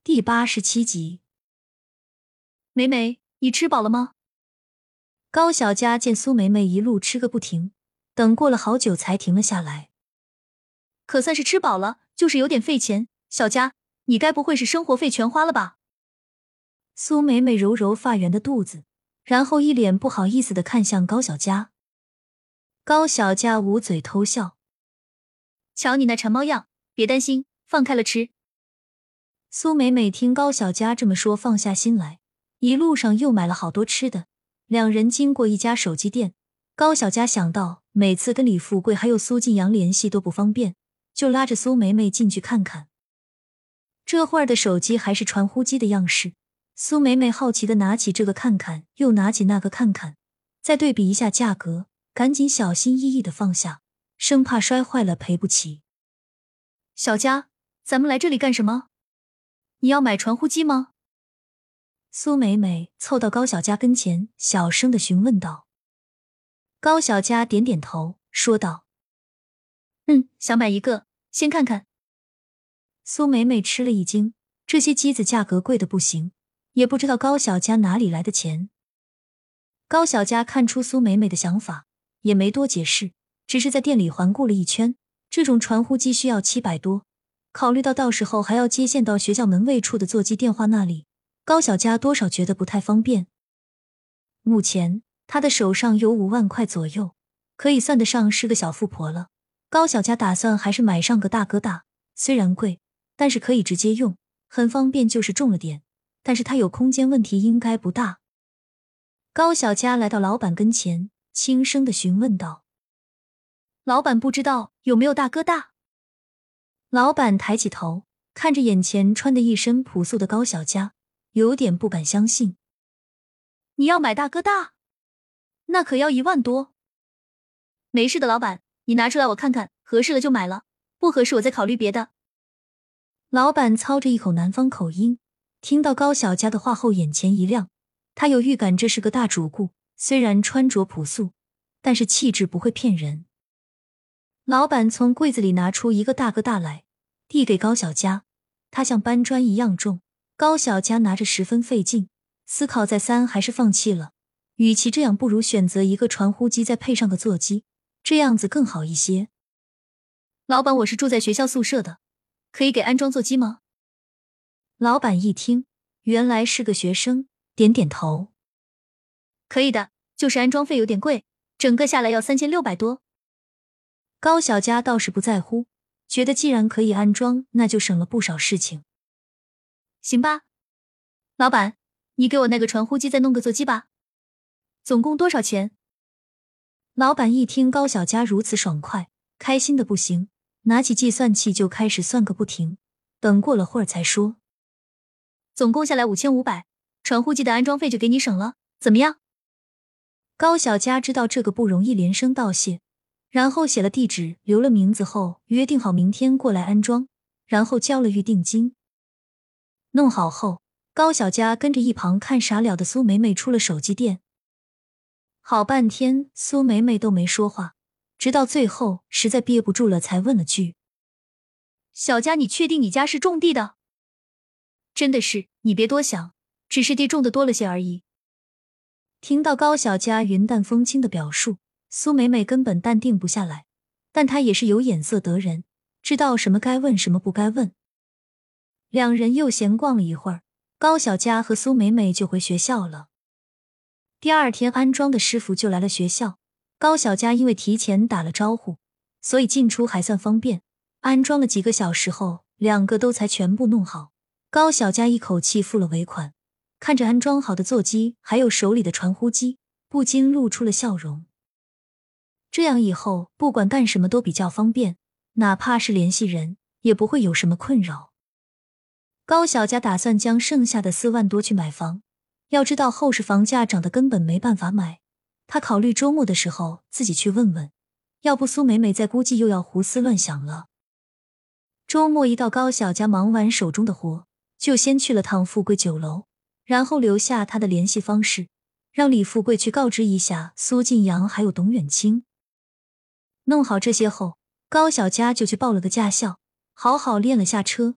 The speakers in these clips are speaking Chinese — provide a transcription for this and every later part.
第87集。 梅梅，你吃饱了吗？ 高小佳见苏梅梅一路吃个不停，等过了好久才停了下来。 可算是吃饱了，就是有点费钱。小佳，你该不会是生活费全花了吧？ 苏梅梅揉揉发圆的肚子，然后一脸不好意思地看向高小佳。高小佳捂嘴偷笑。 瞧你那馋猫样，别担心，放开了吃。 苏梅梅听高小佳这么说，放下心来，一路上又买了好多吃的。两人经过一家手机店，高小佳想到每次跟李富贵还有苏晋阳联系都不方便，就拉着苏梅梅进去看看。这会儿的手机还是传呼机的样式，苏梅梅好奇地拿起这个看看，又拿起那个看看，再对比一下价格，赶紧小心翼翼地放下，生怕摔坏了赔不起。 小佳，咱们来这里干什么？你要买传呼机吗？ 苏梅梅凑到高小佳跟前，小声地询问道。高小佳点点头，说道： 想买一个，先看看。 苏梅梅吃了一惊，这些机子价格贵得不行，也不知道高小佳哪里来的钱。高小佳看出苏梅梅的想法，也没多解释，只是在店里环顾了一圈，这种传呼机需要700多，考虑到时候还要接线到学校门卫处的座机电话那里，高小佳多少觉得不太方便。目前她的手上有5万块左右，可以算得上是个小富婆了。高小佳打算还是买上个大哥大，虽然贵，但是可以直接用，很方便，就是重了点，但是它有空间问题应该不大。高小佳来到老板跟前，轻声地询问道： 老板不知道有没有大哥大？ 老板抬起头，看着眼前穿的一身朴素的高小佳，有点不敢相信。 你要买大哥大？那可要1万多。没事的，老板，你拿出来我看看，合适了就买了，不合适我再考虑别的。 老板操着一口南方口音，听到高小佳的话后眼前一亮，他有预感这是个大主顾，虽然穿着朴素，但是气质不会骗人。老板从柜子里拿出一个大哥大来，递给高小佳，他像搬砖一样重，高小佳拿着十分费劲，思考再三还是放弃了，与其这样不如选择一个传呼机再配上个座机，这样子更好一些。 老板，我是住在学校宿舍的，可以给安装座机吗？ 老板一听，原来是个学生，点点头。 可以的，就是安装费有点贵，整个下来要3600多。 高小佳倒是不在乎，觉得既然可以安装，那就省了不少事情。 行吧，老板，你给我那个传呼机再弄个座机吧。总共多少钱？ 老板一听高小佳如此爽快，开心的不行，拿起计算器就开始算个不停，等过了会儿才说： 总共下来5500，传呼机的安装费就给你省了，怎么样？ 高小佳知道这个不容易，连声道谢，然后写了地址，留了名字后，约定好明天过来安装，然后交了预定金。弄好后，高小佳跟着一旁看傻了的苏梅梅出了手机店。好半天，苏梅梅都没说话，直到最后实在憋不住了，才问了句： 小佳，你确定你家是种地的？真的是，你别多想，只是地种的多了些而已。 听到高小佳云淡风轻的表述，苏梅梅根本淡定不下来，但她也是有眼色得人，知道什么该问什么不该问。两人又闲逛了一会儿，高小佳和苏梅梅就回学校了。第二天安装的师傅就来了学校，高小佳因为提前打了招呼，所以进出还算方便。安装了几个小时后，两个都才全部弄好。高小佳一口气付了尾款，看着安装好的座机还有手里的传呼机，不禁露出了笑容。这样以后不管干什么都比较方便，哪怕是联系人也不会有什么困扰。高小佳打算将剩下的4万多去买房，要知道后市房价涨得根本没办法买，他考虑周末的时候自己去问问，要不苏梅梅再估计又要胡思乱想了。周末一到，高小佳忙完手中的活，就先去了趟富贵酒楼，然后留下他的联系方式，让李富贵去告知一下苏晋阳还有董远清。弄好这些后，高小佳就去报了个驾校，好好练了下车，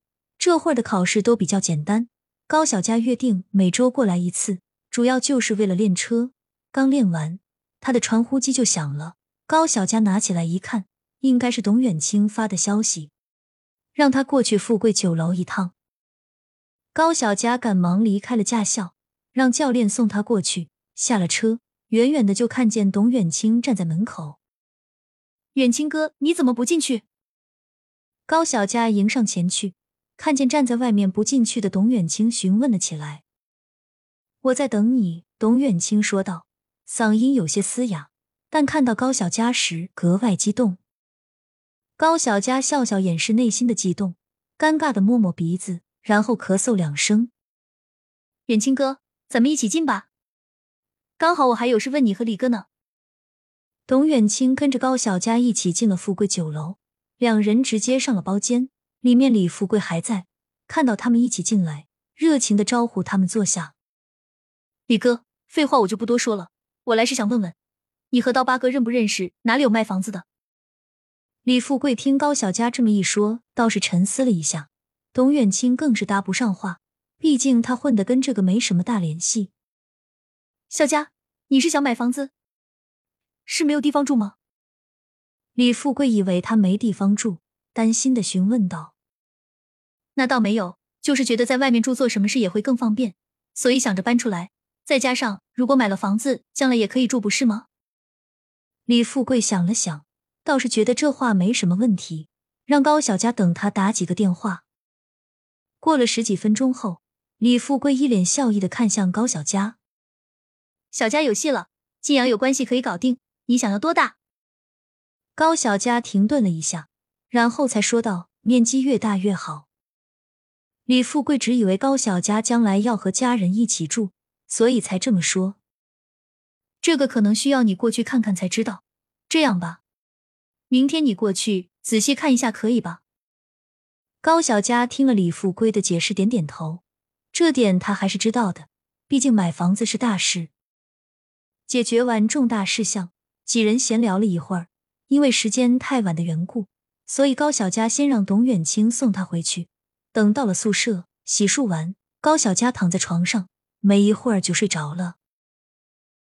这会儿的考试都比较简单，高小佳约定每周过来一次，主要就是为了练车。刚练完，他的传呼机就响了，高小佳拿起来一看，应该是董远清发的消息，让他过去富贵酒楼一趟。高小佳赶忙离开了驾校，让教练送他过去。下了车，远远的就看见董远清站在门口。 远清哥，你怎么不进去？ 高小佳迎上前去，看见站在外面不进去的董远清，询问了起来。我在等你，董远清说道，嗓音有些嘶哑，但看到高小佳时格外激动。高小佳笑笑掩饰内心的激动，尴尬的摸摸鼻子，然后咳嗽2声。 远清哥，咱们一起进吧。刚好我还有事问你和李哥呢。 董远清跟着高小佳一起进了富贵酒楼，两人直接上了包间，里面李富贵还在，看到他们一起进来，热情地招呼他们坐下。 李哥，废话我就不多说了，我来是想问问，你和刀疤哥认不认识，哪里有卖房子的？ 李富贵听高小佳这么一说，倒是沉思了一下，董远清更是搭不上话，毕竟他混得跟这个没什么大联系。 小佳，你是想买房子？是没有地方住吗？ 李富贵以为他没地方住，担心地询问道。 那倒没有，就是觉得在外面住做什么事也会更方便，所以想着搬出来，再加上如果买了房子，将来也可以住，不是吗？ 李富贵想了想，倒是觉得这话没什么问题，让高小佳等他打几个电话。过了10几分钟后，李富贵一脸笑意地看向高小佳。 小佳有戏了，晋阳有关系可以搞定，你想要多大？ 高小佳停顿了一下，然后才说道，面积越大越好。李富贵只以为高小佳将来要和家人一起住，所以才这么说。 这个可能需要你过去看看才知道。这样吧，明天你过去仔细看一下可以吧？ 高小佳听了李富贵的解释，点点头，这点他还是知道的，毕竟买房子是大事。解决完重大事项，几人闲聊了一会儿，因为时间太晚的缘故，所以高小佳先让董远清送她回去。等到了宿舍，洗漱完，高小佳躺在床上，没一会儿就睡着了。